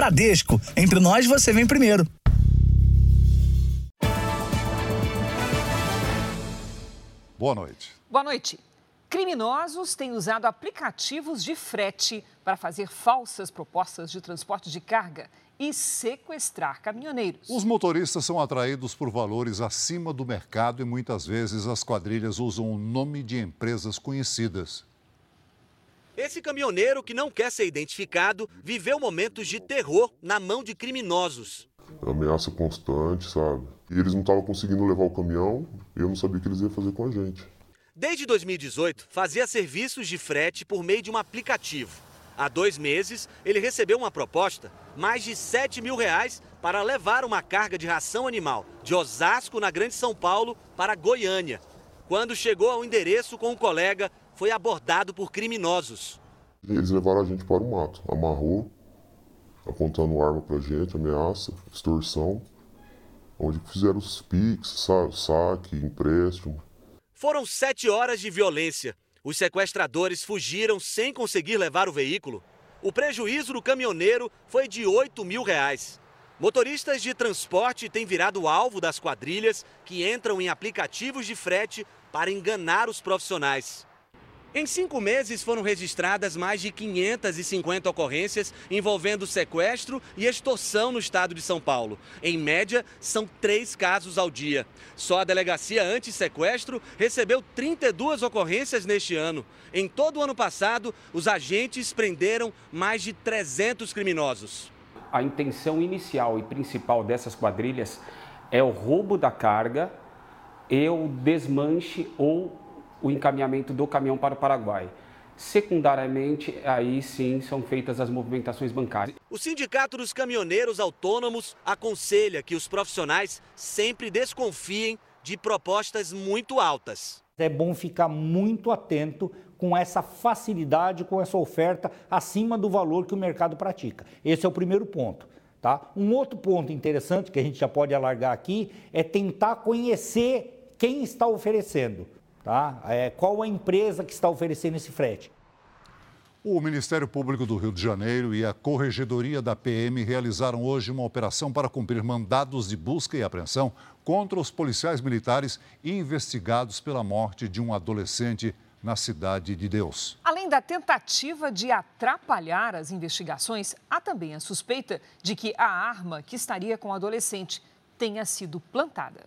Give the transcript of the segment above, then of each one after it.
Bradesco, entre nós você vem primeiro. Boa noite. Boa noite. Criminosos têm usado aplicativos de frete para fazer falsas propostas de transporte de carga e sequestrar caminhoneiros. Os motoristas são atraídos por valores acima do mercado e muitas vezes as quadrilhas usam o nome de empresas conhecidas. Esse caminhoneiro, que não quer ser identificado, viveu momentos de terror na mão de criminosos. Ameaça constante, sabe? E eles não estavam conseguindo levar o caminhão e eu não sabia o que eles iam fazer com a gente. Desde 2018, fazia serviços de frete por meio de um aplicativo. Há 2 meses, ele recebeu uma proposta, mais de R$7 mil, para levar uma carga de ração animal de Osasco, na Grande São Paulo, para Goiânia. Quando chegou ao endereço com um colega, foi abordado por criminosos. Eles levaram a gente para o mato, amarrou, apontando arma pra gente, ameaça, extorsão, onde fizeram os PIX, saque, empréstimo. Foram 7 horas de violência. Os sequestradores fugiram sem conseguir levar o veículo. O prejuízo do caminhoneiro foi de R$8 mil. Motoristas de transporte têm virado alvo das quadrilhas que entram em aplicativos de frete para enganar os profissionais. Em 5 meses foram registradas mais de 550 ocorrências envolvendo sequestro e extorsão no estado de São Paulo. Em média, são 3 casos ao dia. Só a Delegacia Anti-Sequestro recebeu 32 ocorrências neste ano. Em todo o ano passado, os agentes prenderam mais de 300 criminosos. A intenção inicial e principal dessas quadrilhas é o roubo da carga e o desmanche ou o encaminhamento do caminhão para o Paraguai. Secundariamente, aí sim são feitas as movimentações bancárias. O Sindicato dos Caminhoneiros Autônomos aconselha que os profissionais sempre desconfiem de propostas muito altas. É bom ficar muito atento com essa facilidade, com essa oferta acima do valor que o mercado pratica. Esse é o primeiro ponto. Tá? Um outro ponto interessante que a gente já pode alargar aqui é tentar conhecer quem está oferecendo. Tá? Qual a empresa que está oferecendo esse frete? O Ministério Público do Rio de Janeiro e a Corregedoria da PM realizaram hoje uma operação para cumprir mandados de busca e apreensão contra os policiais militares investigados pela morte de um adolescente na Cidade de Deus. Além da tentativa de atrapalhar as investigações, há também a suspeita de que a arma que estaria com o adolescente tenha sido plantada.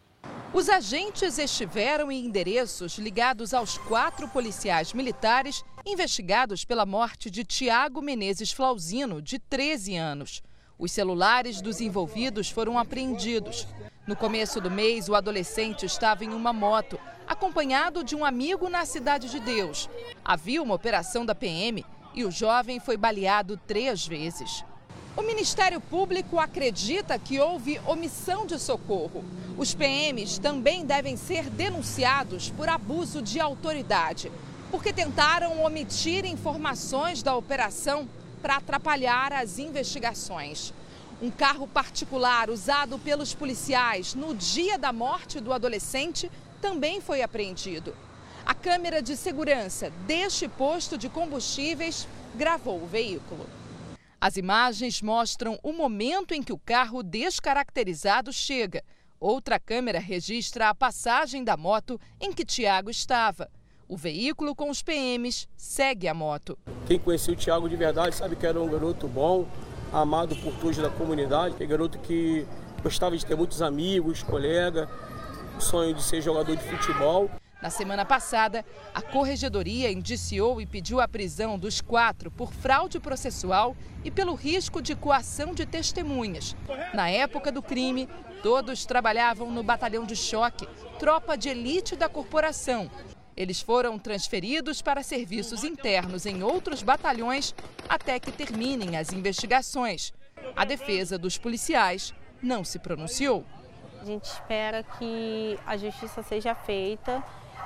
Os agentes estiveram em endereços ligados aos 4 policiais militares investigados pela morte de Tiago Menezes Flauzino, de 13 anos. Os celulares dos envolvidos foram apreendidos. No começo do mês, o adolescente estava em uma moto, acompanhado de um amigo na Cidade de Deus. Havia uma operação da PM e o jovem foi baleado 3 vezes. O Ministério Público acredita que houve omissão de socorro. Os PMs também devem ser denunciados por abuso de autoridade, porque tentaram omitir informações da operação para atrapalhar as investigações. Um carro particular usado pelos policiais no dia da morte do adolescente também foi apreendido. A câmera de segurança deste posto de combustíveis gravou o veículo. As imagens mostram o momento em que o carro descaracterizado chega. Outra câmera registra a passagem da moto em que Tiago estava. O veículo com os PMs segue a moto. Quem conheceu o Tiago de verdade sabe que era um garoto bom, amado por todos da comunidade. É um garoto que gostava de ter muitos amigos, colegas, sonho de ser jogador de futebol. Na semana passada, a Corregedoria indiciou e pediu a prisão dos 4 por fraude processual e pelo risco de coação de testemunhas. Na época do crime, todos trabalhavam no batalhão de choque, tropa de elite da corporação. Eles foram transferidos para serviços internos em outros batalhões até que terminem as investigações. A defesa dos policiais não se pronunciou. A gente espera que a justiça seja feita.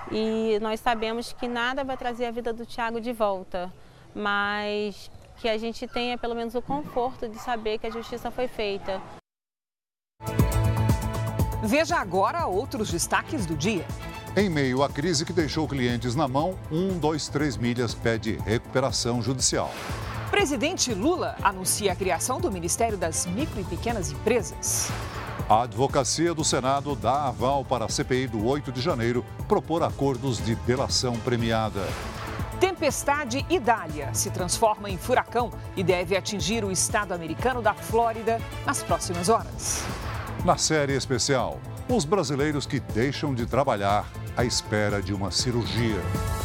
E nós sabemos que nada vai trazer a vida do Tiago de volta, mas que a gente tenha pelo menos o conforto de saber que a justiça foi feita. Veja agora outros destaques do dia. Em meio à crise que deixou clientes na mão, 123 Milhas pede recuperação judicial. Presidente Lula anuncia a criação do Ministério das Micro e Pequenas Empresas. A Advocacia do Senado dá aval para a CPI do 8 de janeiro propor acordos de delação premiada. Tempestade Idália se transforma em furacão e deve atingir o estado americano da Flórida nas próximas horas. Na série especial, os brasileiros que deixam de trabalhar à espera de uma cirurgia.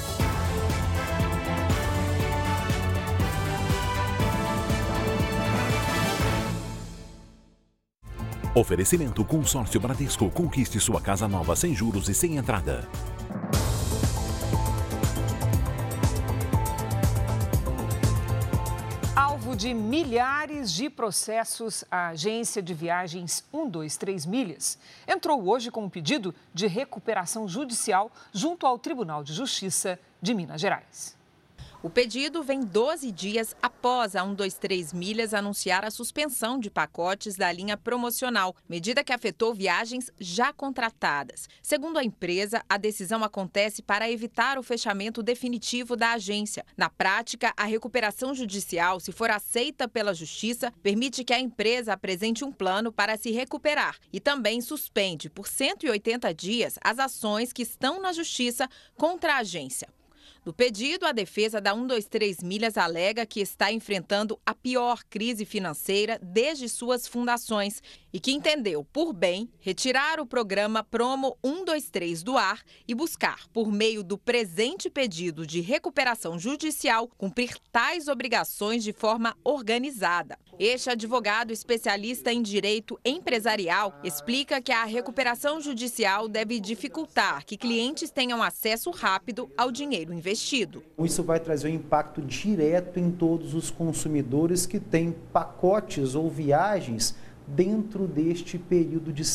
Oferecimento Consórcio Bradesco. Conquiste sua casa nova sem juros e sem entrada. Alvo de milhares de processos, a agência de viagens 123 Milhas entrou hoje com um pedido de recuperação judicial junto ao Tribunal de Justiça de Minas Gerais. O pedido vem 12 dias após a 123 Milhas anunciar a suspensão de pacotes da linha promocional, medida que afetou viagens já contratadas. Segundo a empresa, a decisão acontece para evitar o fechamento definitivo da agência. Na prática, a recuperação judicial, se for aceita pela Justiça, permite que a empresa apresente um plano para se recuperar e também suspende por 180 dias as ações que estão na Justiça contra a agência. No pedido, a defesa da 123 Milhas alega que está enfrentando a pior crise financeira desde suas fundações e que entendeu por bem retirar o programa Promo 123 do ar e buscar, por meio do presente pedido de recuperação judicial, cumprir tais obrigações de forma organizada. Este advogado especialista em direito empresarial explica que a recuperação judicial deve dificultar que clientes tenham acesso rápido ao dinheiro investido. Isso vai trazer um impacto direto em todos os consumidores que têm pacotes ou viagens dentro deste período de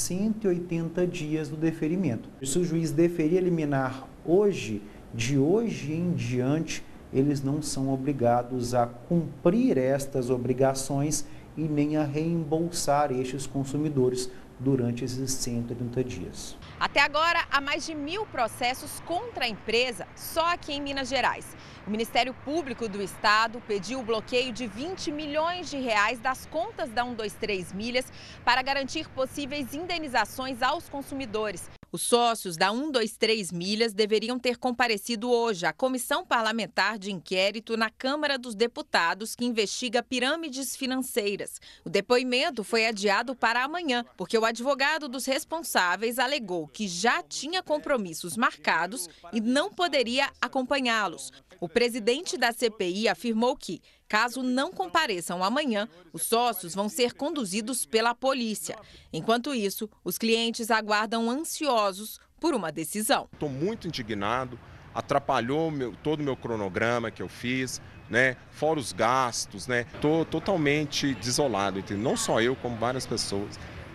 180 dias do deferimento. Se o juiz deferir eliminar hoje, de hoje em diante, eles não são obrigados a cumprir estas obrigações e nem a reembolsar estes consumidores durante esses 180 dias. Até agora, há mais de 1.000 processos contra a empresa só aqui em Minas Gerais. O Ministério Público do Estado pediu o bloqueio de 20 milhões de reais das contas da 123 Milhas para garantir possíveis indenizações aos consumidores. Os sócios da 123 Milhas deveriam ter comparecido hoje à Comissão Parlamentar de Inquérito na Câmara dos Deputados, que investiga pirâmides financeiras. O depoimento foi adiado para amanhã, porque o advogado dos responsáveis alegou que já tinha compromissos marcados e não poderia acompanhá-los. O presidente da CPI afirmou que, caso não compareçam amanhã, os sócios vão ser conduzidos pela polícia. Enquanto isso, os clientes aguardam ansiosos por uma decisão. Estou muito indignado, atrapalhou todo o meu cronograma que eu fiz, fora os gastos. Estou totalmente desolado, não só eu, como várias pessoas.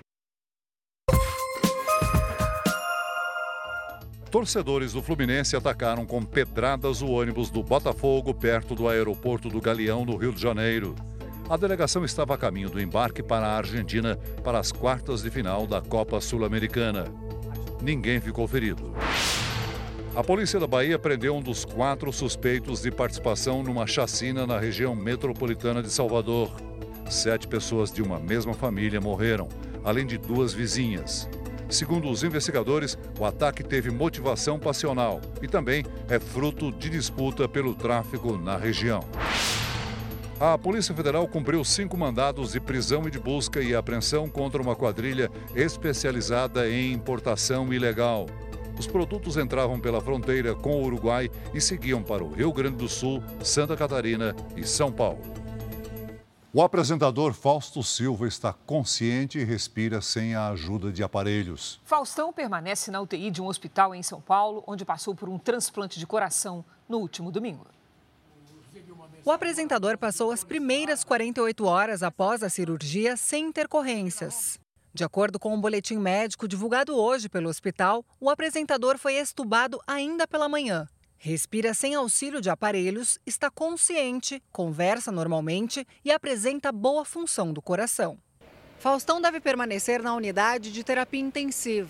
Torcedores do Fluminense atacaram com pedradas o ônibus do Botafogo perto do aeroporto do Galeão, no Rio de Janeiro. A delegação estava a caminho do embarque para a Argentina para as quartas de final da Copa Sul-Americana. Ninguém ficou ferido. A polícia da Bahia prendeu um dos 4 suspeitos de participação numa chacina na região metropolitana de Salvador. 7 pessoas de uma mesma família morreram, além de 2 vizinhas. Segundo os investigadores, o ataque teve motivação passional e também é fruto de disputa pelo tráfico na região. A Polícia Federal cumpriu 5 mandados de prisão e de busca e apreensão contra uma quadrilha especializada em importação ilegal. Os produtos entravam pela fronteira com o Uruguai e seguiam para o Rio Grande do Sul, Santa Catarina e São Paulo. O apresentador Fausto Silva está consciente e respira sem a ajuda de aparelhos. Faustão permanece na UTI de um hospital em São Paulo, onde passou por um transplante de coração no último domingo. O apresentador passou as primeiras 48 horas após a cirurgia sem intercorrências. De acordo com um boletim médico divulgado hoje pelo hospital, o apresentador foi extubado ainda pela manhã. Respira sem auxílio de aparelhos, está consciente, conversa normalmente e apresenta boa função do coração. Faustão deve permanecer na unidade de terapia intensiva.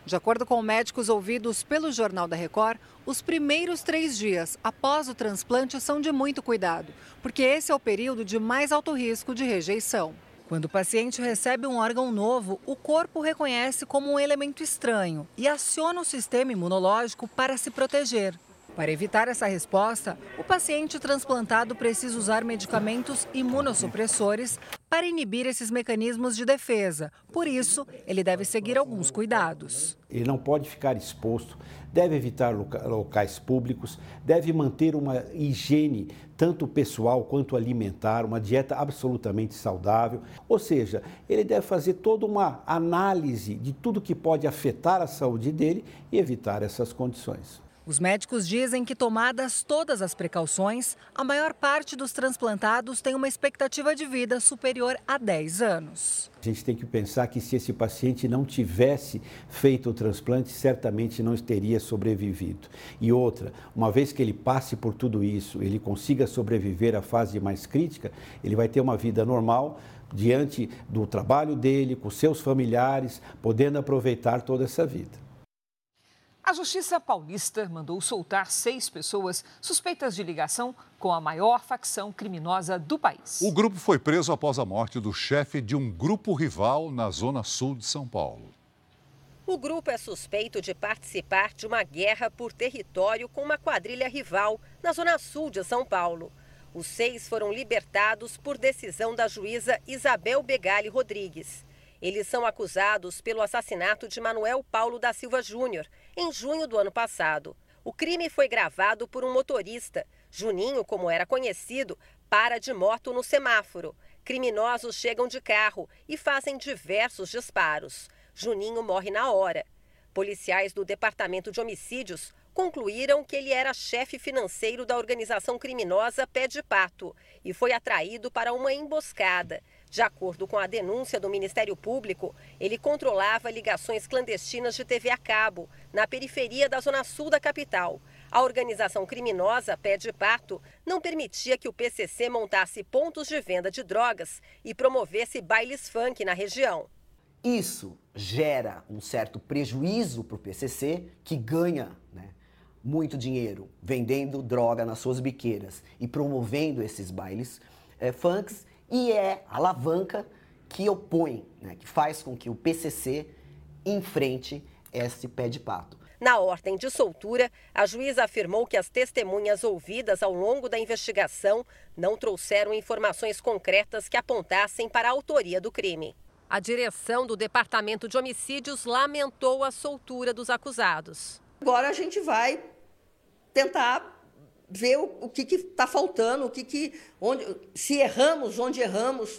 De acordo com médicos ouvidos pelo Jornal da Record, os primeiros 3 dias após o transplante são de muito cuidado, porque esse é o período de mais alto risco de rejeição. Quando o paciente recebe um órgão novo, o corpo reconhece como um elemento estranho e aciona o sistema imunológico para se proteger. Para evitar essa resposta, o paciente transplantado precisa usar medicamentos imunossupressores para inibir esses mecanismos de defesa. Por isso, ele deve seguir alguns cuidados. Ele não pode ficar exposto, deve evitar locais públicos, deve manter uma higiene tanto pessoal quanto alimentar, uma dieta absolutamente saudável. Ou seja, ele deve fazer toda uma análise de tudo que pode afetar a saúde dele e evitar essas condições. Os médicos dizem que, tomadas todas as precauções, a maior parte dos transplantados tem uma expectativa de vida superior a 10 anos. A gente tem que pensar que se esse paciente não tivesse feito o transplante, certamente não teria sobrevivido. E outra, uma vez que ele passe por tudo isso, ele consiga sobreviver à fase mais crítica, ele vai ter uma vida normal diante do trabalho dele, com seus familiares, podendo aproveitar toda essa vida. A Justiça Paulista mandou soltar 6 pessoas suspeitas de ligação com a maior facção criminosa do país. O grupo foi preso após a morte do chefe de um grupo rival na zona sul de São Paulo. O grupo é suspeito de participar de uma guerra por território com uma quadrilha rival na zona sul de São Paulo. Os 6 foram libertados por decisão da juíza Isabel Begali Rodrigues. Eles são acusados pelo assassinato de Manuel Paulo da Silva Júnior, em junho do ano passado. O crime foi gravado por um motorista. Juninho, como era conhecido, para de moto no semáforo. Criminosos chegam de carro e fazem diversos disparos. Juninho morre na hora. Policiais do Departamento de Homicídios concluíram que ele era chefe financeiro da organização criminosa Pé de Pato e foi atraído para uma emboscada. De acordo com a denúncia do Ministério Público, ele controlava ligações clandestinas de TV a cabo, na periferia da zona sul da capital. A organização criminosa Pé de Pato não permitia que o PCC montasse pontos de venda de drogas e promovesse bailes funk na região. Isso gera um certo prejuízo para o PCC, que ganha muito dinheiro vendendo droga nas suas biqueiras e promovendo esses bailes funks, e é a alavanca que opõe, que faz com que o PCC enfrente esse Pé de Pato. Na ordem de soltura, a juíza afirmou que as testemunhas ouvidas ao longo da investigação não trouxeram informações concretas que apontassem para a autoria do crime. A direção do Departamento de Homicídios lamentou a soltura dos acusados. Agora a gente vai tentar ver o que está faltando, se erramos, onde erramos,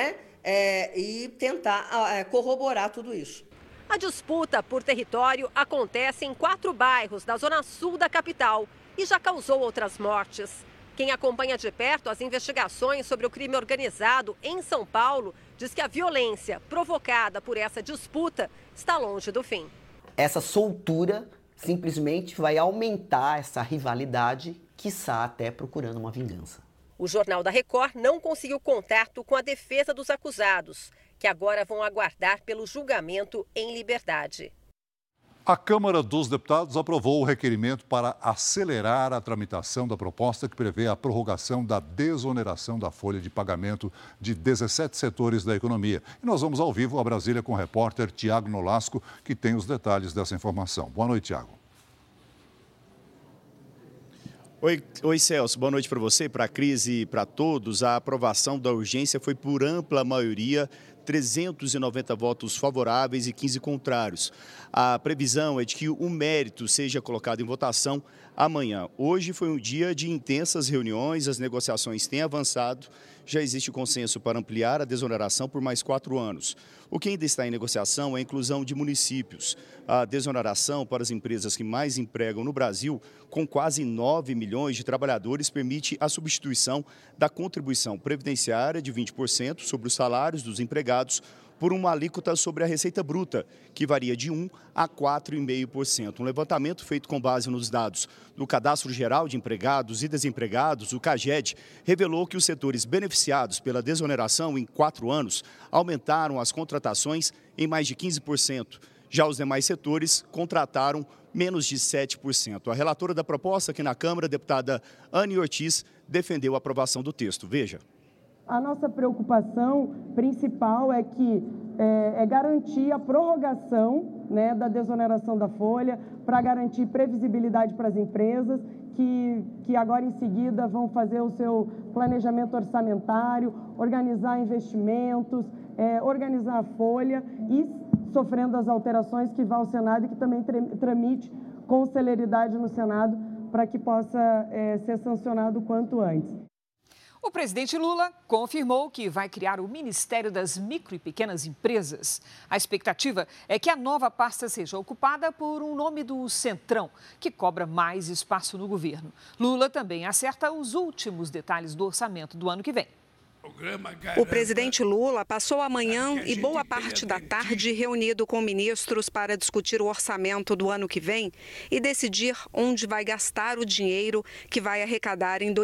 e tentar corroborar tudo isso. A disputa por território acontece em 4 bairros da zona sul da capital e já causou outras mortes. Quem acompanha de perto as investigações sobre o crime organizado em São Paulo diz que a violência provocada por essa disputa está longe do fim. Essa soltura simplesmente vai aumentar essa rivalidade, quiçá até procurando uma vingança. O Jornal da Record não conseguiu contato com a defesa dos acusados, que agora vão aguardar pelo julgamento em liberdade. A Câmara dos Deputados aprovou o requerimento para acelerar a tramitação da proposta que prevê a prorrogação da desoneração da folha de pagamento de 17 setores da economia. E nós vamos ao vivo a Brasília com o repórter Tiago Nolasco, que tem os detalhes dessa informação. Boa noite, Tiago. Oi, Celso. Boa noite para você, para a Cris e para todos. A aprovação da urgência foi por ampla maioria, 390 votos favoráveis e 15 contrários. A previsão é de que o mérito seja colocado em votação amanhã. Hoje foi um dia de intensas reuniões, as negociações têm avançado, já existe consenso para ampliar a desoneração por mais 4 anos. O que ainda está em negociação é a inclusão de municípios. A desoneração para as empresas que mais empregam no Brasil, com quase 9 milhões de trabalhadores, permite a substituição da contribuição previdenciária de 20% sobre os salários dos empregados por uma alíquota sobre a receita bruta, que varia de 1% a 4,5%. Um levantamento feito com base nos dados do Cadastro Geral de Empregados e Desempregados, o CAGED, revelou que os setores beneficiados pela desoneração em 4 anos aumentaram as contratações em mais de 15%. Já os demais setores contrataram menos de 7%. A relatora da proposta aqui na Câmara, a deputada Anne Ortiz, defendeu a aprovação do texto. Veja. A nossa preocupação principal é que garantir a prorrogação, né, da desoneração da folha, para garantir previsibilidade para as empresas que agora em seguida vão fazer o seu planejamento orçamentário, organizar investimentos, organizar a folha e sofrendo as alterações que vá ao Senado e que também tramite com celeridade no Senado para que possa ser sancionado o quanto antes. O presidente Lula confirmou que vai criar o Ministério das Micro e Pequenas Empresas. A expectativa é que a nova pasta seja ocupada por um nome do Centrão, que cobra mais espaço no governo. Lula também acerta os últimos detalhes do orçamento do ano que vem. O presidente Lula passou a manhã e boa parte da tarde reunido com ministros para discutir o orçamento do ano que vem e decidir onde vai gastar o dinheiro que vai arrecadar em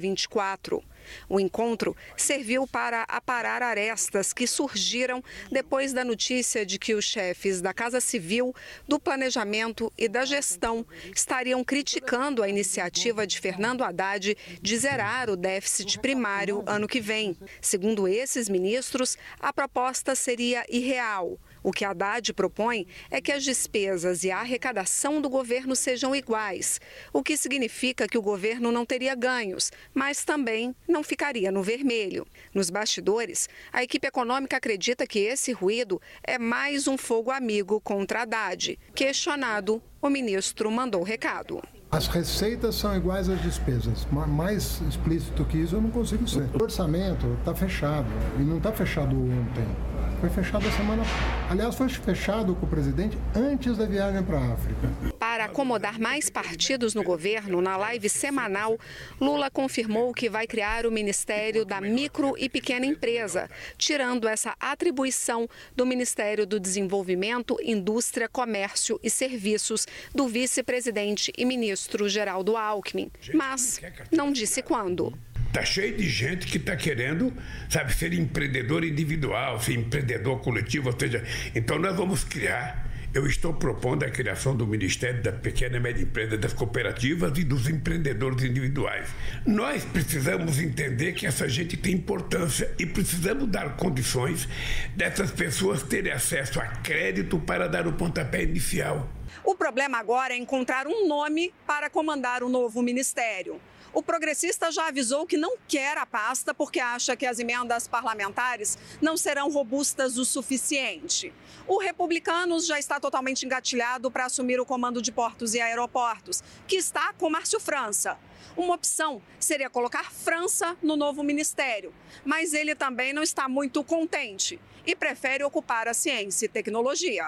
2024. O encontro serviu para aparar arestas que surgiram depois da notícia de que os chefes da Casa Civil, do Planejamento e da Gestão estariam criticando a iniciativa de Fernando Haddad de zerar o déficit primário ano que vem. Segundo esses ministros, a proposta seria irreal. O que Haddad propõe é que as despesas e a arrecadação do governo sejam iguais, o que significa que o governo não teria ganhos, mas também não ficaria no vermelho. Nos bastidores, a equipe econômica acredita que esse ruído é mais um fogo amigo contra Haddad. Questionado, o ministro mandou recado. As receitas são iguais às despesas. Mais explícito que isso eu não consigo ser. O orçamento está fechado e não está fechado ontem. Foi fechado a semana... Aliás, foi fechado com o presidente antes da viagem para a África. Para acomodar mais partidos no governo, na live semanal, Lula confirmou que vai criar o Ministério da Micro e Pequena Empresa, tirando essa atribuição do Ministério do Desenvolvimento, Indústria, Comércio e Serviços do vice-presidente e ministro Geraldo Alckmin. Mas não disse quando. Está cheio de gente que está querendo, sabe, ser empreendedor individual, ser empreendedor coletivo, ou seja, então nós vamos criar, eu estou propondo a criação do Ministério da Pequena e Média Empresa, das cooperativas e dos empreendedores individuais. Nós precisamos entender que essa gente tem importância e precisamos dar condições dessas pessoas terem acesso a crédito para dar o pontapé inicial. O problema agora é encontrar um nome para comandar o novo ministério. O progressista já avisou que não quer a pasta porque acha que as emendas parlamentares não serão robustas o suficiente. O Republicanos já está totalmente engatilhado para assumir o comando de portos e aeroportos, que está com Márcio França. Uma opção seria colocar França no novo ministério, mas ele também não está muito contente e prefere ocupar a ciência e tecnologia.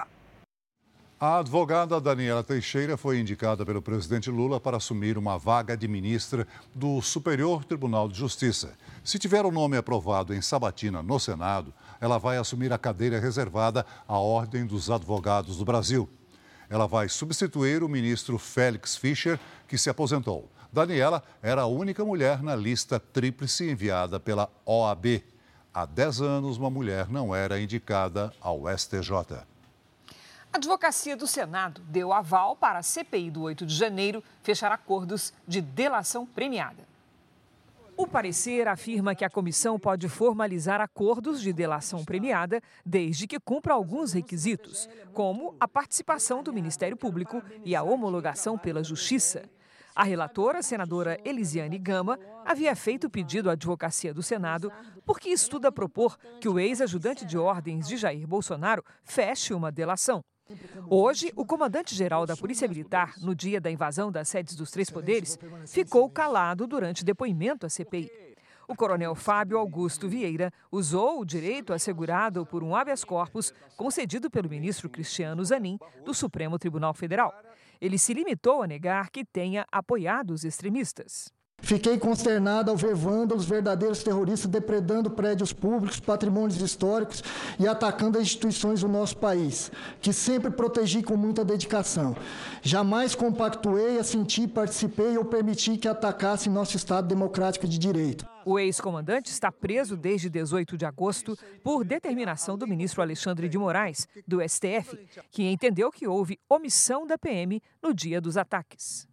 A advogada Daniela Teixeira foi indicada pelo presidente Lula para assumir uma vaga de ministra do Superior Tribunal de Justiça. Se tiver o nome aprovado em sabatina no Senado, ela vai assumir a cadeira reservada à Ordem dos Advogados do Brasil. Ela vai substituir o ministro Félix Fischer, que se aposentou. Daniela era a única mulher na lista tríplice enviada pela OAB. Há 10 anos, uma mulher não era indicada ao STJ. A Advocacia do Senado deu aval para a CPI do 8 de janeiro fechar acordos de delação premiada. O parecer afirma que a comissão pode formalizar acordos de delação premiada desde que cumpra alguns requisitos, como a participação do Ministério Público e a homologação pela Justiça. A relatora, senadora Elisiane Gama, havia feito pedido à Advocacia do Senado porque estuda propor que o ex-ajudante de ordens de Jair Bolsonaro feche uma delação. Hoje, o comandante-geral da Polícia Militar, no dia da invasão das sedes dos três poderes, ficou calado durante depoimento à CPI. O coronel Fábio Augusto Vieira usou o direito assegurado por um habeas corpus concedido pelo ministro Cristiano Zanin, do Supremo Tribunal Federal. Ele se limitou a negar que tenha apoiado os extremistas. Fiquei consternado ao ver vândalos, verdadeiros terroristas, depredando prédios públicos, patrimônios históricos e atacando as instituições do nosso país, que sempre protegi com muita dedicação. Jamais compactuei, assenti, participei ou permiti que atacassem nosso Estado democrático de direito. O ex-comandante está preso desde 18 de agosto por determinação do ministro Alexandre de Moraes, do STF, que entendeu que houve omissão da PM no dia dos ataques.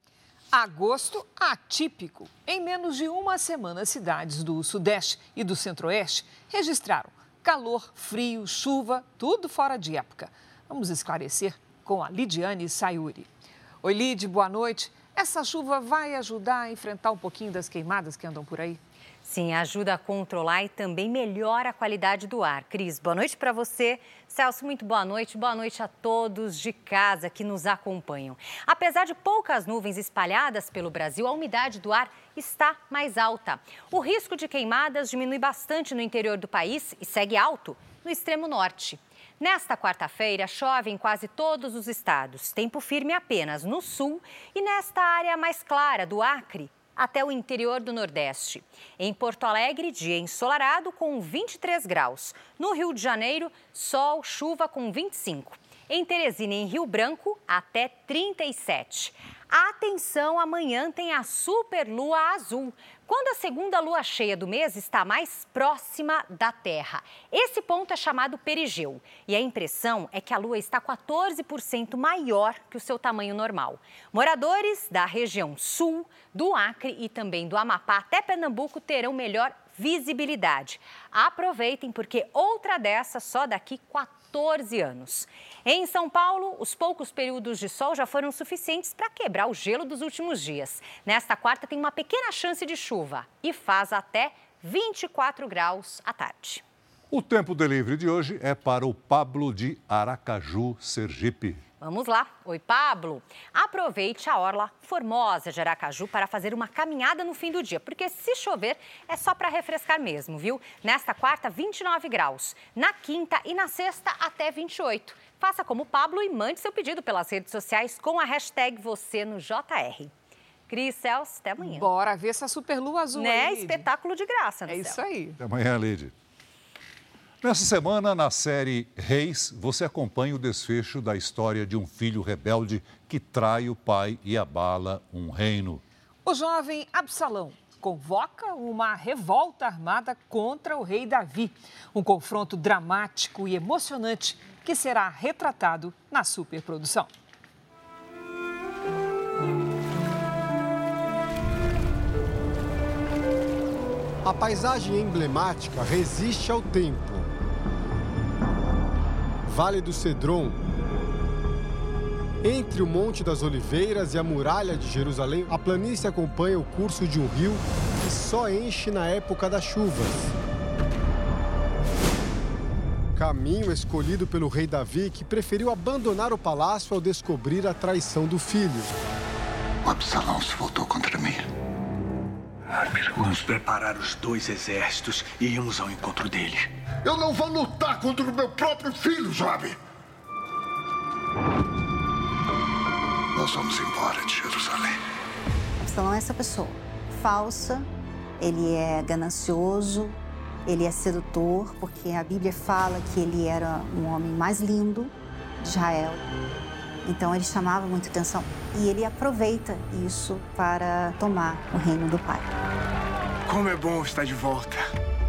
Agosto atípico. Em menos de uma semana, cidades do Sudeste e do Centro-Oeste registraram calor, frio, chuva, tudo fora de época. Vamos esclarecer com a Lidiane Sayuri. Oi, Lid, boa noite. Essa chuva vai ajudar a enfrentar um pouquinho das queimadas que andam por aí? Sim, ajuda a controlar e também melhora a qualidade do ar. Cris, boa noite para você. Celso, muito boa noite. Boa noite a todos de casa que nos acompanham. Apesar de poucas nuvens espalhadas pelo Brasil, a umidade do ar está mais alta. O risco de queimadas diminui bastante no interior do país e segue alto no extremo norte. Nesta quarta-feira, chove em quase todos os estados. Tempo firme apenas no sul e nesta área mais clara do Acre, até o interior do Nordeste. Em Porto Alegre, dia ensolarado com 23 graus. No Rio de Janeiro, sol, chuva com 25. Em Teresina e em Rio Branco, até 37. Atenção, amanhã tem a superlua azul, quando a segunda lua cheia do mês está mais próxima da Terra. Esse ponto é chamado perigeu e a impressão é que a lua está 14% maior que o seu tamanho normal. Moradores da região sul, do Acre e também do Amapá até Pernambuco terão melhor visibilidade. Aproveitem porque outra dessa só daqui 14 anos. Em São Paulo, os poucos períodos de sol já foram suficientes para quebrar o gelo dos últimos dias. Nesta quarta tem uma pequena chance de chuva e faz até 24 graus à tarde. O Tempo Delivery de hoje é para o Pablo de Aracaju, Sergipe. Vamos lá. Oi, Pablo. Aproveite a orla formosa de Aracaju para fazer uma caminhada no fim do dia, porque se chover é só para refrescar mesmo, viu? Nesta quarta, 29 graus. Na quinta e na sexta, até 28. Faça como o Pablo e mande seu pedido pelas redes sociais com a hashtag #VocênoJR. Cris, Celso, até amanhã. Bora ver essa superlua azul né? aí, Espetáculo de graça, É isso aí. Até amanhã, Lid. Nessa semana, na série Reis, você acompanha o desfecho da história de um filho rebelde que trai o pai e abala um reino. O jovem Absalão convoca uma revolta armada contra o rei Davi. Um confronto dramático e emocionante que será retratado na superprodução. A paisagem emblemática resiste ao tempo. Vale do Cedron. Entre o Monte das Oliveiras e a Muralha de Jerusalém, a planície acompanha o curso de um rio que só enche na época das chuvas. Caminho escolhido pelo rei Davi, que preferiu abandonar o palácio ao descobrir a traição do filho. O Absalão se voltou contra mim. Vamos preparar os dois exércitos e irmos ao encontro dele. Eu não vou lutar contra o meu próprio filho, jovem. Nós vamos embora de Jerusalém. Absalão é essa pessoa falsa, ele é ganancioso, ele é sedutor, porque a Bíblia fala que ele era um homem mais lindo de Israel. Então ele chamava muita atenção e ele aproveita isso para tomar o reino do pai. Como é bom estar de volta.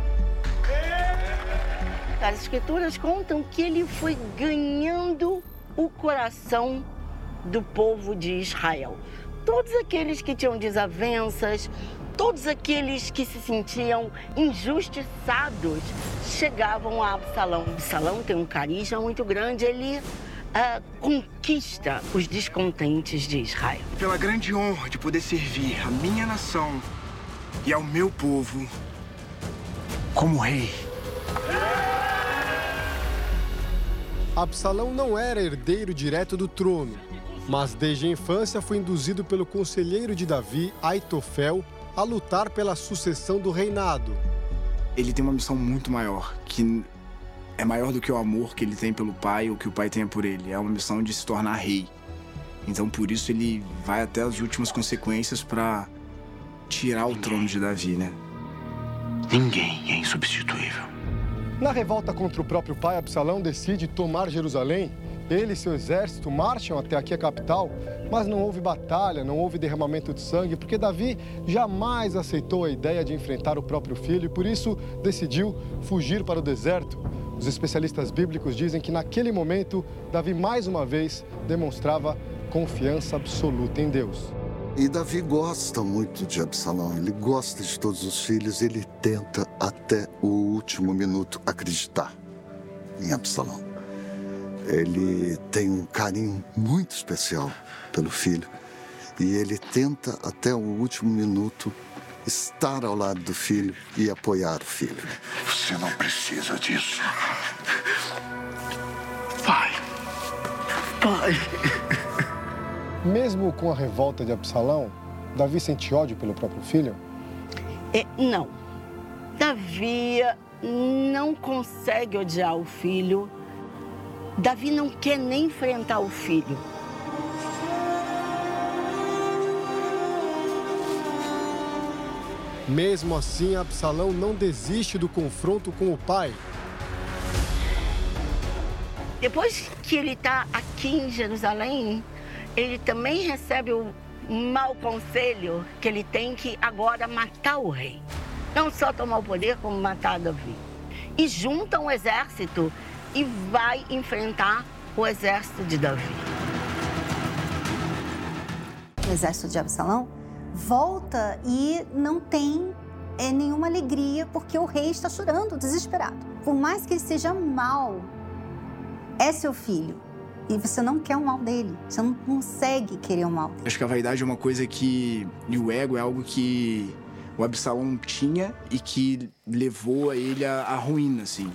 As escrituras contam que ele foi ganhando o coração do povo de Israel. Todos aqueles que tinham desavenças, todos aqueles que se sentiam injustiçados, chegavam a Absalão. Absalão tem um carisma muito grande, ele conquista os descontentes de Israel. Pela grande honra de poder servir a minha nação e ao meu povo como rei. Absalão não era herdeiro direto do trono, mas desde a infância foi induzido pelo conselheiro de Davi, Aitofel, a lutar pela sucessão do reinado. Ele tem uma missão muito maior, que é maior do que o amor que ele tem pelo pai ou que o pai tenha por ele. É uma missão de se tornar rei. Então, por isso, ele vai até as últimas consequências para tirar o trono de Davi, né? Ninguém é insubstituível. Na revolta contra o próprio pai, Absalão decide tomar Jerusalém. Ele e seu exército marcham até aqui a capital, mas não houve batalha, não houve derramamento de sangue, porque Davi jamais aceitou a ideia de enfrentar o próprio filho e por isso decidiu fugir para o deserto. Os especialistas bíblicos dizem que naquele momento, Davi mais uma vez demonstrava confiança absoluta em Deus. E Davi gosta muito de Absalão, ele gosta de todos os filhos, ele tenta até o último minuto acreditar em Absalão. Ele tem um carinho muito especial pelo filho e ele tenta até o último minuto estar ao lado do filho e apoiar o filho. Você não precisa disso. Pai. Pai. Mesmo com a revolta de Absalão, Davi sente ódio pelo próprio filho? Não. Davi não consegue odiar o filho. Davi não quer nem enfrentar o filho. Mesmo assim, Absalão não desiste do confronto com o pai. Depois que ele está aqui em Jerusalém, ele também recebe o mau conselho que ele tem que agora matar o rei. Não só tomar o poder, como matar Davi. E junta um exército e vai enfrentar o exército de Davi. O exército de Absalão volta e não tem nenhuma alegria porque o rei está chorando, desesperado. Por mais que ele seja mau, é seu filho. E você não quer o mal dele, você não consegue querer o mal dele. Acho que a vaidade é uma coisa que... E o ego é algo que o Absalão tinha e que levou a ele à ruína, assim.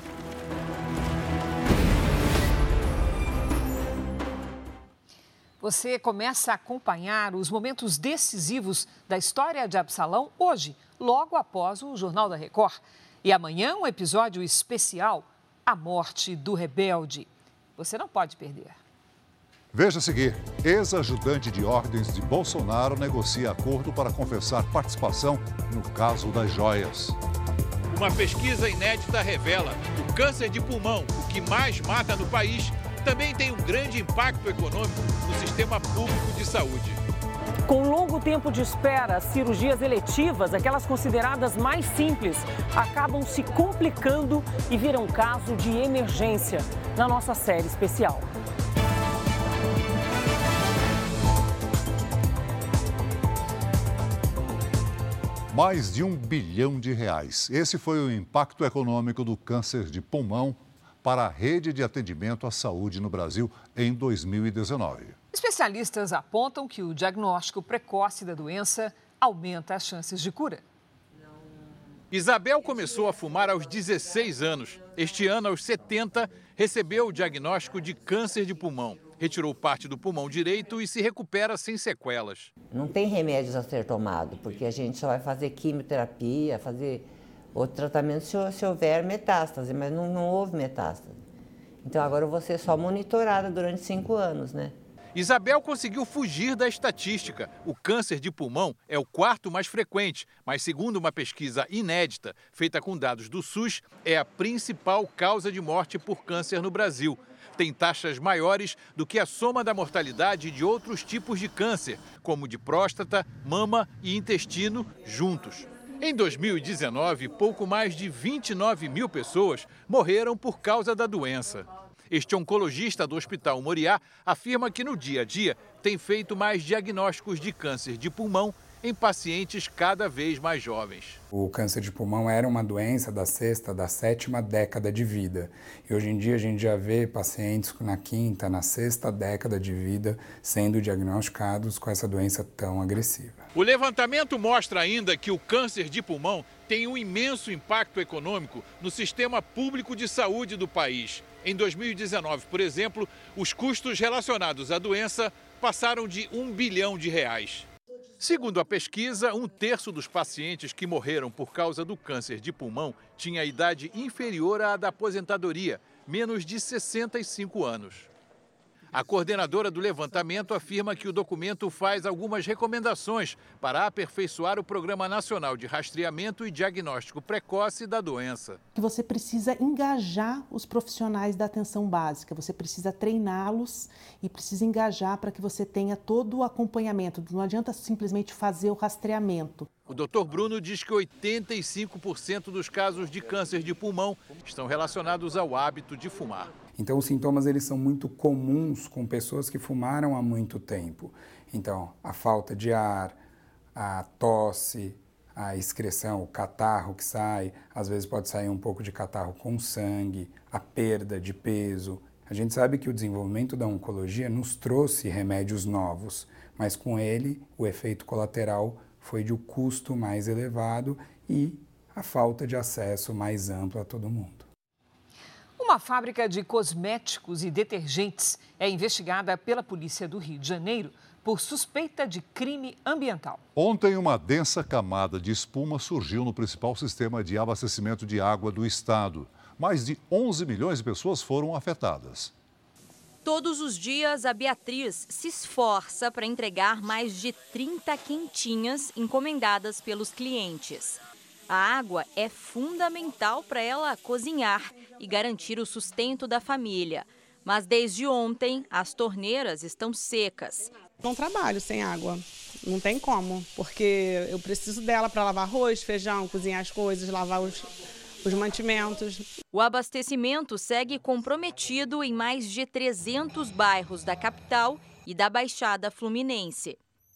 Você começa a acompanhar os momentos decisivos da história de Absalão hoje, logo após o Jornal da Record. E amanhã um episódio especial, A Morte do Rebelde. Você não pode perder. Veja a seguir, ex-ajudante de ordens de Bolsonaro negocia acordo para confessar participação no caso das joias. Uma pesquisa inédita revela que o câncer de pulmão, o que mais mata no país, também tem um grande impacto econômico no sistema público de saúde. Com longo tempo de espera, cirurgias eletivas, aquelas consideradas mais simples, acabam se complicando e viram caso de emergência na nossa série especial. Mais de R$1 bilhão. Esse foi o impacto econômico do câncer de pulmão para a rede de atendimento à saúde no Brasil em 2019. Especialistas apontam que o diagnóstico precoce da doença aumenta as chances de cura. Isabel começou a fumar aos 16 anos. Este ano, aos 70, recebeu o diagnóstico de câncer de pulmão. Retirou parte do pulmão direito e se recupera sem sequelas. Não tem remédios a ser tomado, porque a gente só vai fazer quimioterapia, fazer outro tratamento se houver metástase, mas não houve metástase. Então agora eu vou ser só monitorada durante 5 anos, né? Isabel conseguiu fugir da estatística. O câncer de pulmão é o 4º mais frequente, mas segundo uma pesquisa inédita, feita com dados do SUS, é a principal causa de morte por câncer no Brasil. Tem taxas maiores do que a soma da mortalidade de outros tipos de câncer, como de próstata, mama e intestino, juntos. Em 2019, pouco mais de 29 mil pessoas morreram por causa da doença. Este oncologista do Hospital Moriá afirma que no dia a dia tem feito mais diagnósticos de câncer de pulmão em pacientes cada vez mais jovens. O câncer de pulmão era uma doença da 6ª, da 7ª década de vida. E hoje em dia a gente já vê pacientes na 5ª, na 6ª década de vida sendo diagnosticados com essa doença tão agressiva. O levantamento mostra ainda que o câncer de pulmão tem um imenso impacto econômico no sistema público de saúde do país. Em 2019, por exemplo, os custos relacionados à doença passaram de R$1 bilhão. Segundo a pesquisa, 1/3 dos pacientes que morreram por causa do câncer de pulmão tinha a idade inferior à da aposentadoria, menos de 65 anos. A coordenadora do levantamento afirma que o documento faz algumas recomendações para aperfeiçoar o Programa Nacional de Rastreamento e Diagnóstico Precoce da doença. Você precisa engajar os profissionais da atenção básica, você precisa treiná-los e precisa engajar para que você tenha todo o acompanhamento. Não adianta simplesmente fazer o rastreamento. O Dr. Bruno diz que 85% dos casos de câncer de pulmão estão relacionados ao hábito de fumar. Então, os sintomas eles são muito comuns com pessoas que fumaram há muito tempo. Então, a falta de ar, a tosse, a excreção, o catarro que sai, às vezes pode sair um pouco de catarro com sangue, a perda de peso. A gente sabe que o desenvolvimento da oncologia nos trouxe remédios novos, mas com ele o efeito colateral foi de um custo mais elevado e a falta de acesso mais amplo a todo mundo. Uma fábrica de cosméticos e detergentes é investigada pela Polícia do Rio de Janeiro por suspeita de crime ambiental. Ontem, uma densa camada de espuma surgiu no principal sistema de abastecimento de água do estado. Mais de 11 milhões de pessoas foram afetadas. Todos os dias, a Beatriz se esforça para entregar mais de 30 quentinhas encomendadas pelos clientes. A água é fundamental para ela cozinhar e garantir o sustento da família. Mas desde ontem, as torneiras estão secas. Não trabalho sem água, não tem como, porque eu preciso dela para lavar arroz, feijão, cozinhar as coisas, lavar os mantimentos. O abastecimento segue comprometido em mais de 300 bairros da capital e da Baixada Fluminense.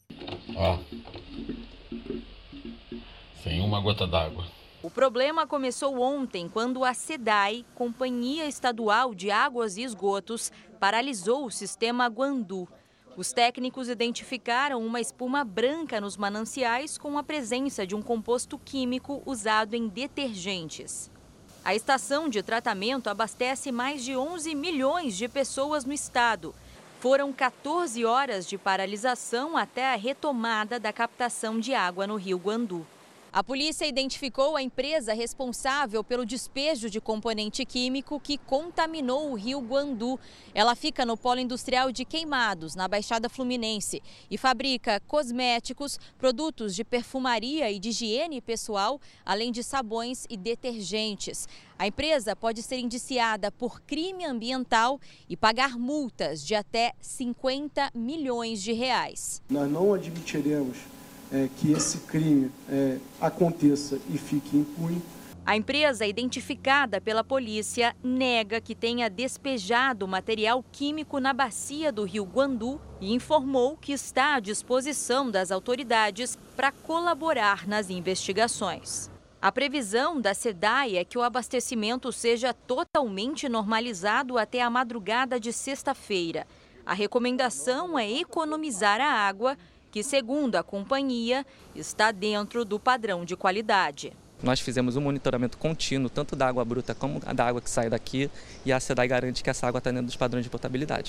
Sem uma gota d'água. O problema começou ontem, quando a SEDAI, Companhia Estadual de Águas e Esgotos, paralisou o sistema Guandu. Os técnicos identificaram uma espuma branca nos mananciais com a presença de um composto químico usado em detergentes. A estação de tratamento abastece mais de 11 milhões de pessoas no estado. Foram 14 horas de paralisação até a retomada da captação de água no Rio Guandu. A polícia identificou a empresa responsável pelo despejo de componente químico que contaminou o Rio Guandu. Ela fica no polo industrial de Queimados, na Baixada Fluminense, e fabrica cosméticos, produtos de perfumaria e de higiene pessoal, além de sabões e detergentes. A empresa pode ser indiciada por crime ambiental e pagar multas de até 50 milhões de reais. Nós não admitiremos que esse crime aconteça e fique impune. A empresa, identificada pela polícia, nega que tenha despejado material químico na bacia do Rio Guandu e informou que está à disposição das autoridades para colaborar nas investigações. A previsão da SEDAI é que o abastecimento seja totalmente normalizado até a madrugada de sexta-feira. A recomendação é economizar a água, que, segundo a companhia, está dentro do padrão de qualidade. Nós fizemos um monitoramento contínuo, tanto da água bruta como da água que sai daqui, e a SEDAI garante que essa água está dentro dos padrões de potabilidade.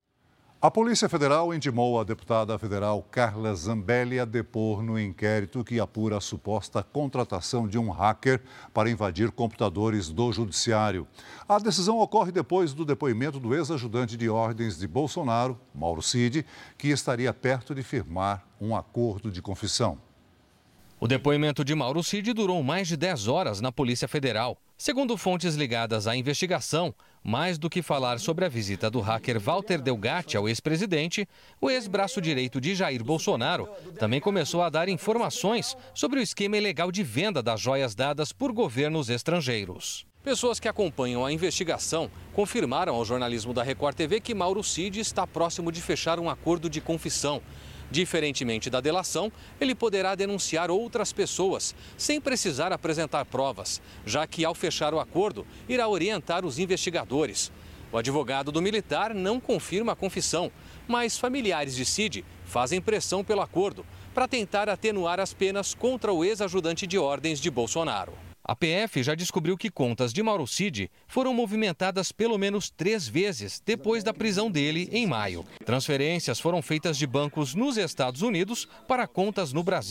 A Polícia Federal intimou a deputada federal Carla Zambelli a depor no inquérito que apura a suposta contratação de um hacker para invadir computadores do Judiciário. A decisão ocorre depois do depoimento do ex-ajudante de ordens de Bolsonaro, Mauro Cid, que estaria perto de firmar um acordo de confissão. O depoimento de Mauro Cid durou mais de 10 horas na Polícia Federal. Segundo fontes ligadas à investigação, mais do que falar sobre a visita do hacker Walter Delgatti ao ex-presidente, o ex-braço direito de Jair Bolsonaro também começou a dar informações sobre o esquema ilegal de venda das joias dadas por governos estrangeiros. Pessoas que acompanham a investigação confirmaram ao jornalismo da Record TV que Mauro Cid está próximo de fechar um acordo de confissão. Diferentemente da delação, ele poderá denunciar outras pessoas, sem precisar apresentar provas, já que, ao fechar o acordo, irá orientar os investigadores. O advogado do militar não confirma a confissão, mas familiares de Cid fazem pressão pelo acordo para tentar atenuar as penas contra o ex-ajudante de ordens de Bolsonaro. A PF já descobriu que contas de Mauro Cid foram movimentadas pelo menos 3 vezes depois da prisão dele em maio. Transferências foram feitas de bancos nos Estados Unidos para contas no Brasil.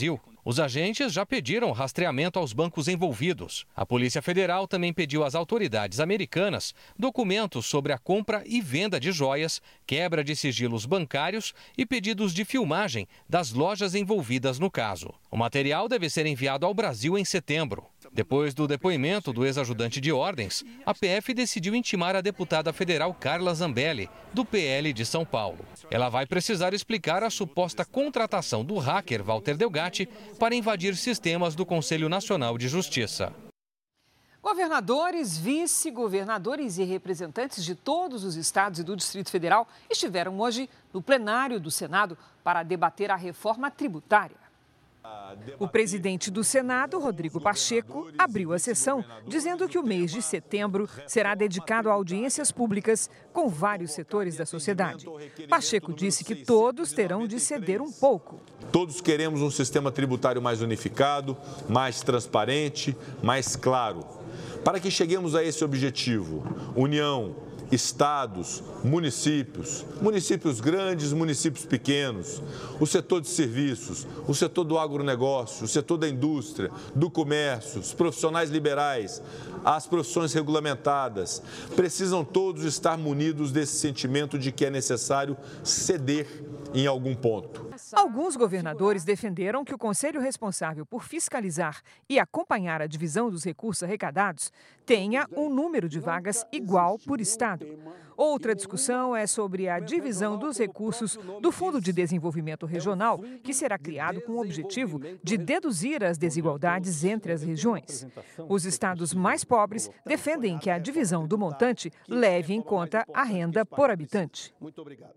Os agentes já pediram rastreamento aos bancos envolvidos. A Polícia Federal também pediu às autoridades americanas documentos sobre a compra e venda de joias, quebra de sigilos bancários e pedidos de filmagem das lojas envolvidas no caso. O material deve ser enviado ao Brasil em setembro. Depois do depoimento do ex-ajudante de ordens, a PF decidiu intimar a deputada federal Carla Zambelli, do PL de São Paulo. Ela vai precisar explicar a suposta contratação do hacker Walter Delgatti para invadir sistemas do Conselho Nacional de Justiça. Governadores, vice-governadores e representantes de todos os estados e do Distrito Federal estiveram hoje no plenário do Senado para debater a reforma tributária. O presidente do Senado, Rodrigo Pacheco, abriu a sessão dizendo que o mês de setembro será dedicado a audiências públicas com vários setores da sociedade. Pacheco disse que todos terão de ceder um pouco. Todos queremos um sistema tributário mais unificado, mais transparente, mais claro. Para que cheguemos a esse objetivo, União, estados, municípios grandes, municípios pequenos, o setor de serviços, o setor do agronegócio, o setor da indústria, do comércio, os profissionais liberais, as profissões regulamentadas, precisam todos estar munidos desse sentimento de que é necessário ceder em algum ponto. Alguns governadores defenderam que o conselho responsável por fiscalizar e acompanhar a divisão dos recursos arrecadados tenha um número de vagas igual por estado. Outra discussão é sobre a divisão dos recursos do Fundo de Desenvolvimento Regional, que será criado com o objetivo de deduzir as desigualdades entre as regiões. Os estados mais pobres defendem que a divisão do montante leve em conta a renda por habitante. Muito obrigado.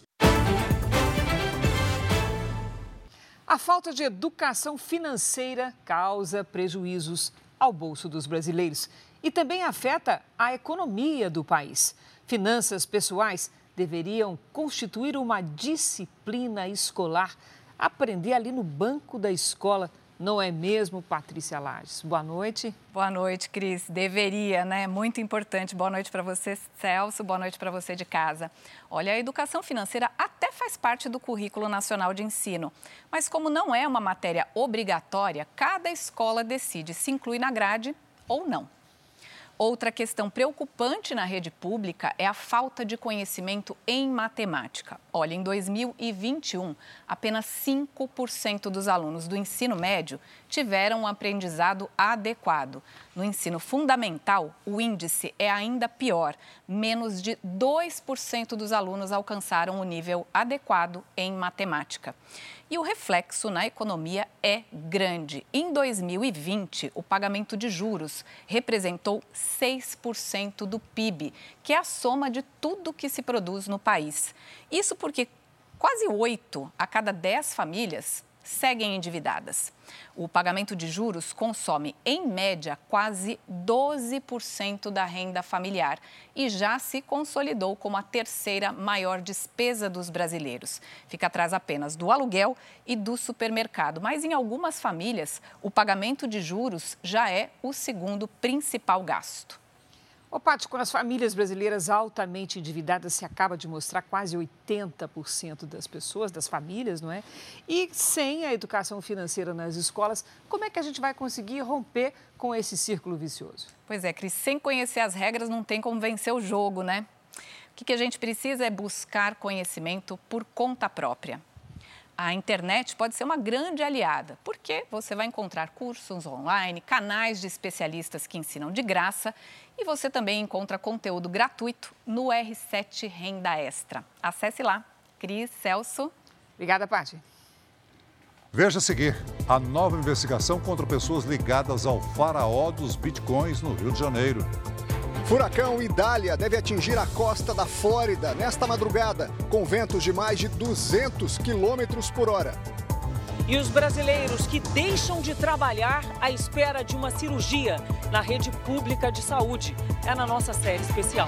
A falta de educação financeira causa prejuízos ao bolso dos brasileiros e também afeta a economia do país. Finanças pessoais deveriam constituir uma disciplina escolar, aprender ali no banco da escola. Não é mesmo, Patrícia Lages? Boa noite. Boa noite, Cris. Deveria, né? Muito importante. Boa noite para você, Celso. Boa noite para você de casa. Olha, a educação financeira até faz parte do Currículo Nacional de Ensino. Mas como não é uma matéria obrigatória, cada escola decide se inclui na grade ou não. Outra questão preocupante na rede pública é a falta de conhecimento em matemática. Olha, em 2021, apenas 5% dos alunos do ensino médio tiveram um aprendizado adequado. No ensino fundamental, o índice é ainda pior. Menos de 2% dos alunos alcançaram o nível adequado em matemática. E o reflexo na economia é grande. Em 2020, o pagamento de juros representou 6% do PIB, que é a soma de tudo que se produz no país. Isso porque quase 8 a cada 10 famílias seguem endividadas. O pagamento de juros consome, em média, quase 12% da renda familiar e já se consolidou como a terceira maior despesa dos brasileiros. Fica atrás apenas do aluguel e do supermercado, mas em algumas famílias, o pagamento de juros já é o segundo principal gasto. Ô, Paty, quando as famílias brasileiras altamente endividadas se acaba de mostrar quase 80% das pessoas, das famílias, não é? E sem a educação financeira nas escolas, como é que a gente vai conseguir romper com esse círculo vicioso? Pois é, Cris, sem conhecer as regras não tem como vencer o jogo, né? O que a gente precisa é buscar conhecimento por conta própria. A internet pode ser uma grande aliada, porque você vai encontrar cursos online, canais de especialistas que ensinam de graça e você também encontra conteúdo gratuito no R7 Renda Extra. Acesse lá. Cris, Celso. Obrigada, Paty. Veja a seguir, a nova investigação contra pessoas ligadas ao faraó dos bitcoins no Rio de Janeiro. Furacão Idália deve atingir a costa da Flórida nesta madrugada, com ventos de mais de 200 quilômetros por hora. E os brasileiros que deixam de trabalhar à espera de uma cirurgia na rede pública de saúde. É na nossa série especial.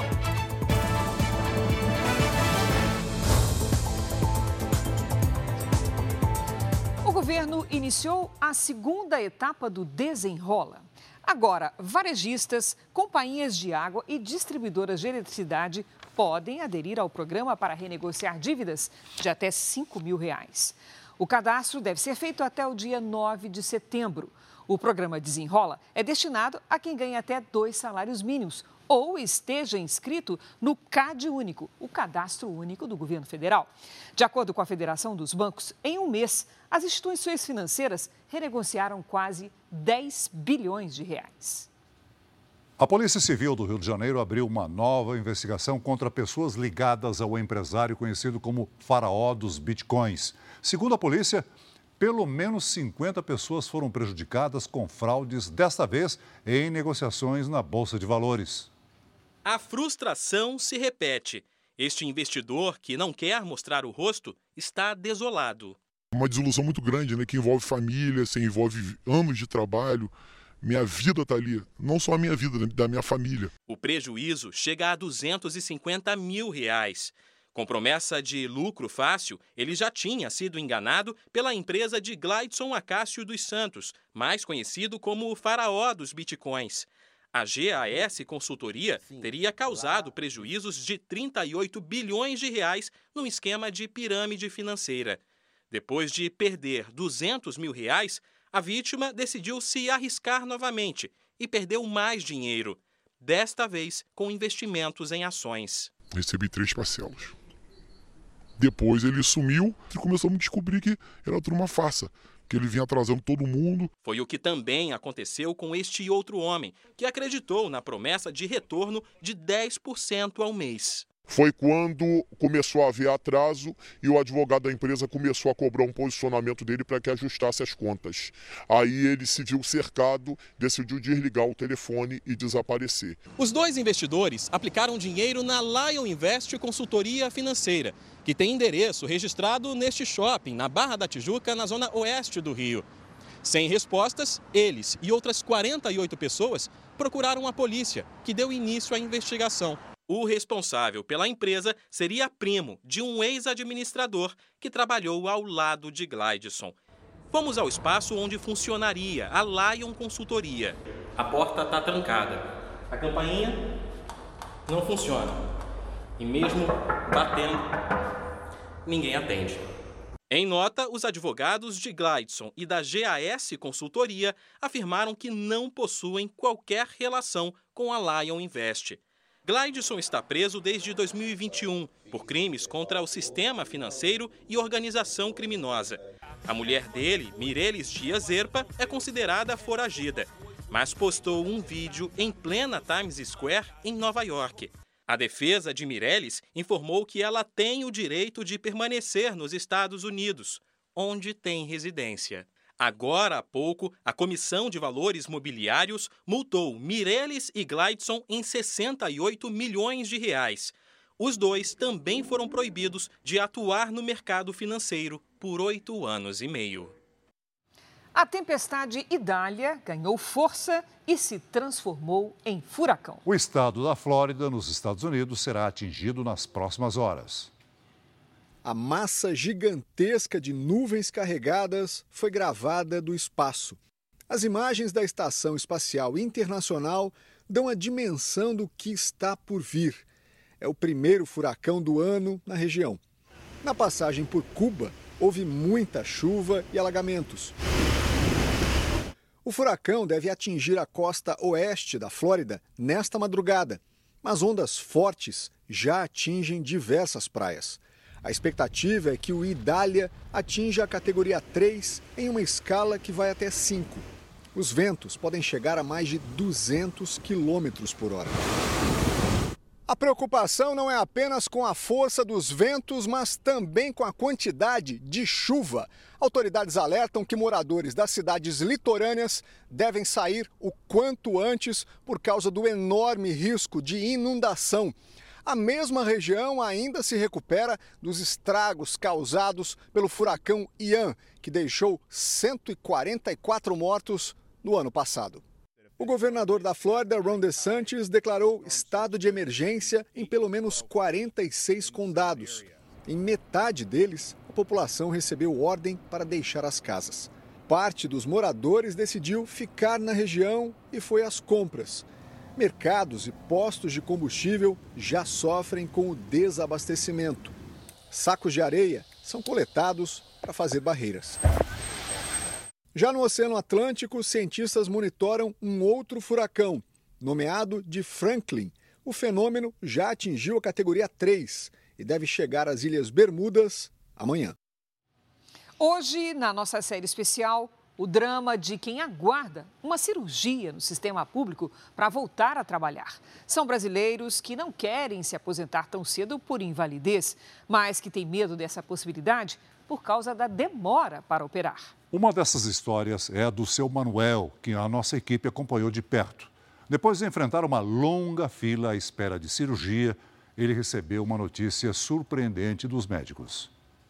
O governo iniciou a segunda etapa do Desenrola. Agora, varejistas, companhias de água e distribuidoras de eletricidade podem aderir ao programa para renegociar dívidas de até R$ 5.000. O cadastro deve ser feito até o dia 9 de setembro. O programa Desenrola é destinado a quem ganha até 2 salários mínimos ou esteja inscrito no CAD Único, o Cadastro Único do Governo Federal. De acordo com a Federação dos Bancos, em um mês, as instituições financeiras renegociaram quase 10 bilhões de reais. A Polícia Civil do Rio de Janeiro abriu uma nova investigação contra pessoas ligadas ao empresário conhecido como Faraó dos Bitcoins. Segundo a polícia, pelo menos 50 pessoas foram prejudicadas com fraudes, desta vez em negociações na Bolsa de Valores. A frustração se repete. Este investidor, que não quer mostrar o rosto, está desolado. Uma desilusão muito grande, né, que envolve família, envolve anos de trabalho. Minha vida está ali, não só a minha vida, da minha família. O prejuízo chega a R$250 mil. Com promessa de lucro fácil, ele já tinha sido enganado pela empresa de Glaidson Acácio dos Santos, mais conhecido como o Faraó dos Bitcoins. A GAS Consultoria teria causado prejuízos de 38 bilhões de reais num esquema de pirâmide financeira. Depois de perder R$200 mil, a vítima decidiu se arriscar novamente e perdeu mais dinheiro, desta vez com investimentos em ações. Recebi 3 parcelas. Depois ele sumiu e começamos a descobrir que era tudo uma farsa, que ele vinha atrasando todo mundo. Foi o que também aconteceu com este outro homem, que acreditou na promessa de retorno de 10% ao mês. Foi quando começou a haver atraso e o advogado da empresa começou a cobrar um posicionamento dele para que ajustasse as contas. Aí ele se viu cercado, decidiu desligar o telefone e desaparecer. Os 2 investidores aplicaram dinheiro na Lion Invest Consultoria Financeira, que tem endereço registrado neste shopping, na Barra da Tijuca, na zona oeste do Rio. Sem respostas, eles e outras 48 pessoas procuraram a polícia, que deu início à investigação. O responsável pela empresa seria primo de um ex-administrador que trabalhou ao lado de Glaidson. Fomos ao espaço onde funcionaria a Lion Consultoria. A porta está trancada. A campainha não funciona. E mesmo batendo, ninguém atende. Em nota, os advogados de Glaidson e da GAS Consultoria afirmaram que não possuem qualquer relação com a Lion Invest. Glaidson está preso desde 2021 por crimes contra o sistema financeiro e organização criminosa. A mulher dele, Mireles Dias Erpa, é considerada foragida, mas postou um vídeo em plena Times Square, em Nova York. A defesa de Mireles informou que ela tem o direito de permanecer nos Estados Unidos, onde tem residência. Agora há pouco, a Comissão de Valores Mobiliários multou Mireles e Glaidson em 68 milhões de reais. Os 2 também foram proibidos de atuar no mercado financeiro por 8 anos e meio. A tempestade Idália ganhou força e se transformou em furacão. O estado da Flórida, nos Estados Unidos, será atingido nas próximas horas. A massa gigantesca de nuvens carregadas foi gravada do espaço. As imagens da Estação Espacial Internacional dão a dimensão do que está por vir. É o primeiro furacão do ano na região. Na passagem por Cuba, houve muita chuva e alagamentos. O furacão deve atingir a costa oeste da Flórida nesta madrugada, mas ondas fortes já atingem diversas praias. A expectativa é que o Idália atinja a categoria 3 em uma escala que vai até 5. Os ventos podem chegar a mais de 200 km por hora. A preocupação não é apenas com a força dos ventos, mas também com a quantidade de chuva. Autoridades alertam que moradores das cidades litorâneas devem sair o quanto antes por causa do enorme risco de inundação. A mesma região ainda se recupera dos estragos causados pelo furacão Ian, que deixou 144 mortos no ano passado. O governador da Flórida, Ron DeSantis, declarou estado de emergência em pelo menos 46 condados. Em metade deles, a população recebeu ordem para deixar as casas. Parte dos moradores decidiu ficar na região e foi às compras. Mercados e postos de combustível já sofrem com o desabastecimento. Sacos de areia são coletados para fazer barreiras. Já no Oceano Atlântico, cientistas monitoram um outro furacão, nomeado de Franklin. O fenômeno já atingiu a categoria 3 e deve chegar às Ilhas Bermudas amanhã. Hoje, na nossa série especial, o drama de quem aguarda uma cirurgia no sistema público para voltar a trabalhar. São brasileiros que não querem se aposentar tão cedo por invalidez, mas que têm medo dessa possibilidade por causa da demora para operar. Uma dessas histórias é a do seu Manuel, que a nossa equipe acompanhou de perto. Depois de enfrentar uma longa fila à espera de cirurgia, ele recebeu uma notícia surpreendente dos médicos.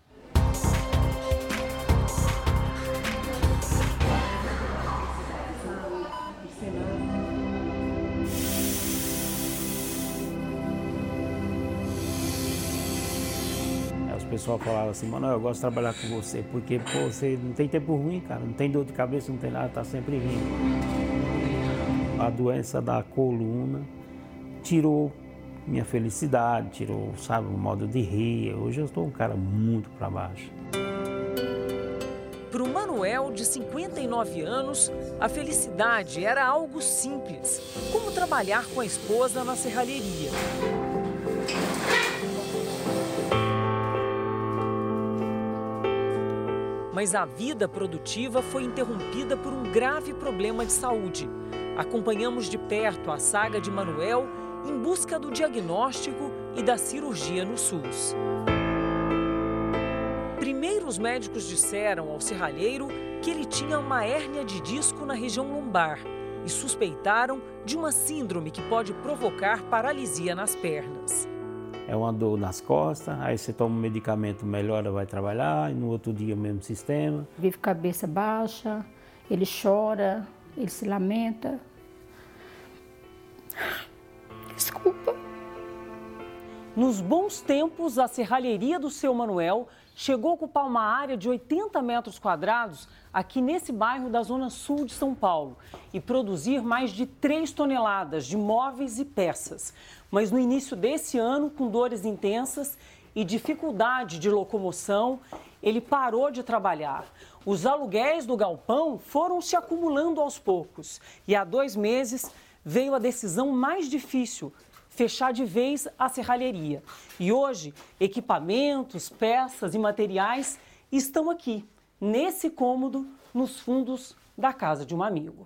O pessoal falava assim, Manuel, eu gosto de trabalhar com você, porque pô, você não tem tempo ruim, cara, não tem dor de cabeça, não tem nada, tá sempre rindo. A doença da coluna tirou minha felicidade, tirou, sabe, o modo de rir. Hoje eu estou um cara muito para baixo. Para o Manuel, de 59 anos, a felicidade era algo simples, como trabalhar com a esposa na serralheria. Mas a vida produtiva foi interrompida por um grave problema de saúde. Acompanhamos de perto a saga de Manuel em busca do diagnóstico e da cirurgia no SUS. Primeiro, os médicos disseram ao serralheiro que ele tinha uma hérnia de disco na região lombar e suspeitaram de uma síndrome que pode provocar paralisia nas pernas. É uma dor nas costas, aí você toma um medicamento, melhora, vai trabalhar, e no outro dia o mesmo sistema. Vive cabeça baixa, ele chora, ele se lamenta. Desculpa. Nos bons tempos, a serralheria do seu Manuel chegou a ocupar uma área de 80 metros quadrados aqui nesse bairro da zona sul de São Paulo e produzir mais de 3 toneladas de móveis e peças. Mas no início desse ano, com dores intensas e dificuldade de locomoção, ele parou de trabalhar. Os aluguéis do galpão foram se acumulando aos poucos e há 2 meses veio a decisão mais difícil: fechar de vez a serralheria. E hoje, equipamentos, peças e materiais estão aqui, nesse cômodo, nos fundos da casa de um amigo.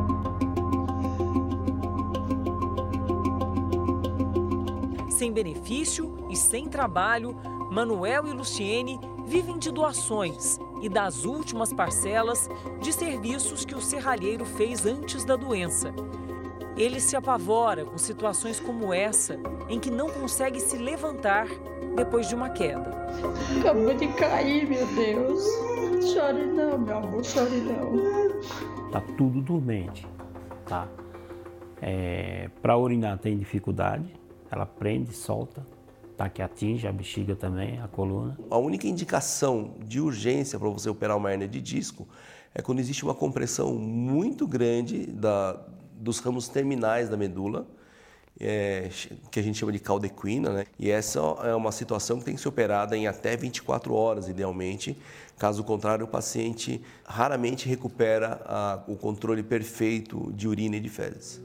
Sem benefício e sem trabalho, Manuel e Luciene vivem de doações e das últimas parcelas de serviços que o serralheiro fez antes da doença. Ele se apavora com situações como essa, em que não consegue se levantar depois de uma queda. Acabou de cair, meu Deus. Chore não, meu amor, chore não. Tá tudo dormente, tá? Para urinar tem dificuldade, ela prende, solta, tá? Que atinge a bexiga também, a coluna. A única indicação de urgência para você operar uma hérnia de disco é quando existe uma compressão muito grande dos ramos terminais da medula, que a gente chama de caldequina, né? E essa é uma situação que tem que ser operada em até 24 horas, idealmente. Caso contrário, o paciente raramente recupera o controle perfeito de urina e de fezes.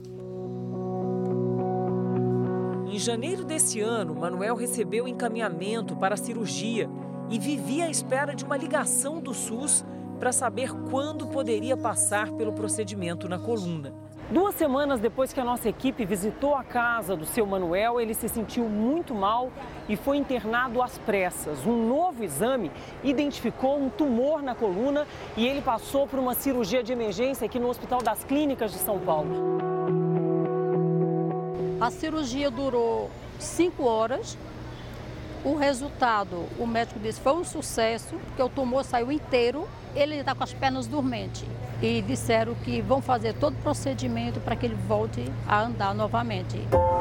Em janeiro desse ano, Manuel recebeu encaminhamento para a cirurgia e vivia à espera de uma ligação do SUS para saber quando poderia passar pelo procedimento na coluna. 2 semanas depois que a nossa equipe visitou a casa do seu Manuel, ele se sentiu muito mal e foi internado às pressas. Um novo exame identificou um tumor na coluna e ele passou por uma cirurgia de emergência aqui no Hospital das Clínicas de São Paulo. A cirurgia durou 5 horas. O resultado, o médico disse, foi um sucesso, porque o tumor saiu inteiro. Ele está com as pernas dormentes e disseram que vão fazer todo o procedimento para que ele volte a andar novamente.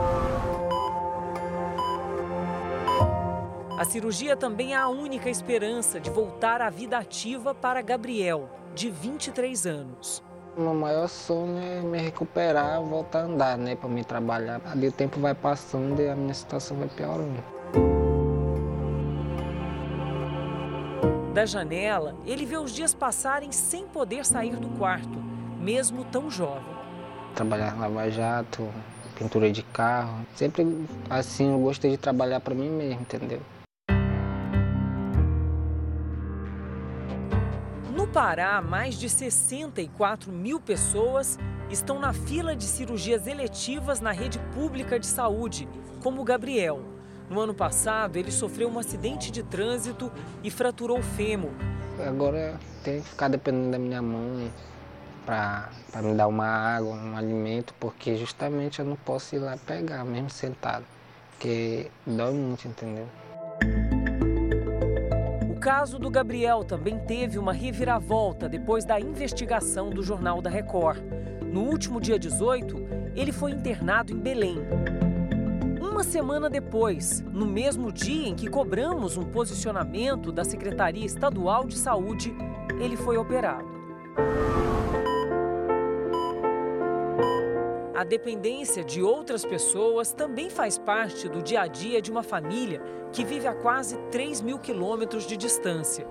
A cirurgia também é a única esperança de voltar à vida ativa para Gabriel, de 23 anos. O meu maior sonho é me recuperar, voltar a andar, né, para me trabalhar. Ali o tempo vai passando e a minha situação vai piorando. Da janela, ele vê os dias passarem sem poder sair do quarto, mesmo tão jovem. Trabalhar lava-jato, pintura de carro. Sempre assim eu gostei de trabalhar para mim mesmo, entendeu? No Pará, mais de 64 mil pessoas estão na fila de cirurgias eletivas na rede pública de saúde, como o Gabriel. No ano passado, ele sofreu um acidente de trânsito e fraturou o fêmur. Agora tem que ficar dependendo da minha mãe para me dar uma água, um alimento, porque justamente eu não posso ir lá pegar, mesmo sentado, porque dói muito, entendeu? O caso do Gabriel também teve uma reviravolta depois da investigação do Jornal da Record. No último dia 18, ele foi internado em Belém. Uma semana depois, no mesmo dia em que cobramos um posicionamento da Secretaria Estadual de Saúde, ele foi operado. A dependência de outras pessoas também faz parte do dia a dia de uma família que vive a quase 3.000 quilômetros de distância.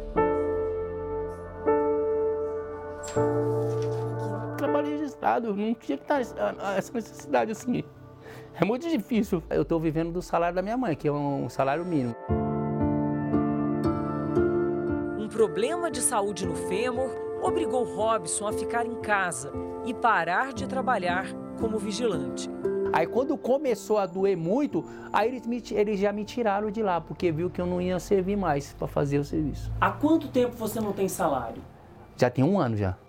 Trabalho registrado, não tinha que estar essa necessidade assim. É muito difícil. Eu estou vivendo do salário da minha mãe, que é um salário mínimo. Um problema de saúde no fêmur obrigou Robson a ficar em casa e parar de trabalhar como vigilante. Aí quando começou a doer muito, aí eles já me tiraram de lá, porque viu que eu não ia servir mais para fazer o serviço. Há quanto tempo você não tem salário? Já tem 1 ano já.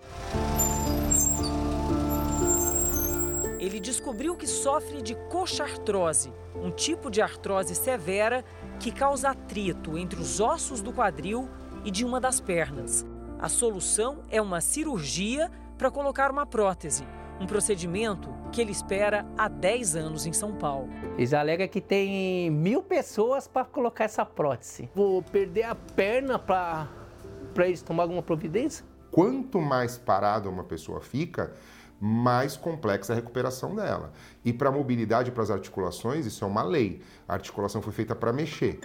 Ele descobriu que sofre de coxartrose, um tipo de artrose severa que causa atrito entre os ossos do quadril e de uma das pernas. A solução é uma cirurgia para colocar uma prótese, um procedimento que ele espera há 10 anos em São Paulo. Eles alegam que tem 1.000 pessoas para colocar essa prótese. Vou perder a perna para eles tomar alguma providência? Quanto mais parada uma pessoa fica, mais complexa a recuperação dela. E para a mobilidade e para as articulações, isso é uma lei. A articulação foi feita para mexer.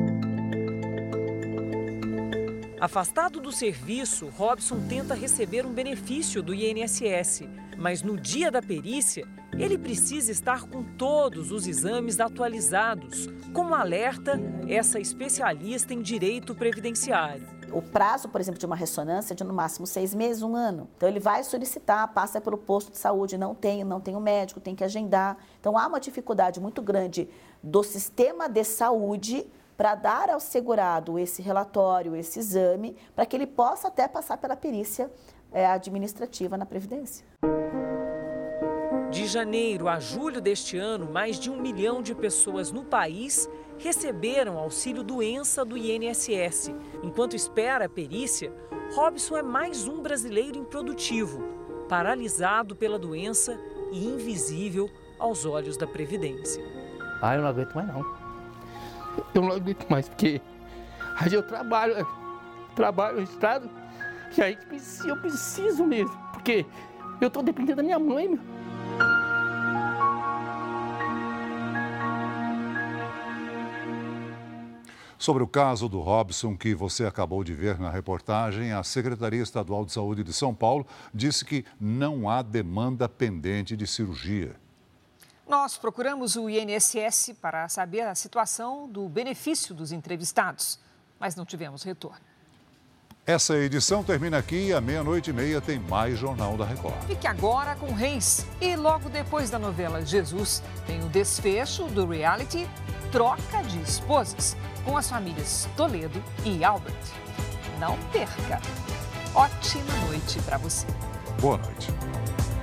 Afastado do serviço, Robson tenta receber um benefício do INSS. Mas no dia da perícia, ele precisa estar com todos os exames atualizados, como alerta essa especialista em direito previdenciário. O prazo, por exemplo, de uma ressonância é de no máximo 6 meses, 1 ano. Então ele vai solicitar, passa pelo posto de saúde, não tem o médico, tem que agendar. Então há uma dificuldade muito grande do sistema de saúde para dar ao segurado esse relatório, esse exame, para que ele possa até passar pela perícia administrativa na Previdência. De janeiro a julho deste ano, mais de 1 milhão de pessoas no país receberam auxílio-doença do INSS. Enquanto espera a perícia, Robson é mais um brasileiro improdutivo, paralisado pela doença e invisível aos olhos da Previdência. Eu não aguento mais não. Eu não aguento mais, porque aí eu trabalho registrado, e aí eu preciso mesmo, porque eu estou dependendo da minha mãe, meu. Sobre o caso do Robson, que você acabou de ver na reportagem, a Secretaria Estadual de Saúde de São Paulo disse que não há demanda pendente de cirurgia. Nós procuramos o INSS para saber a situação do benefício dos entrevistados, mas não tivemos retorno. Essa edição termina aqui e à 00:30 tem mais Jornal da Record. Fique agora com Reis. E logo depois da novela Jesus, tem o desfecho do reality Troca de Esposas, com as famílias Toledo e Albert. Não perca! Ótima noite para você. Boa noite.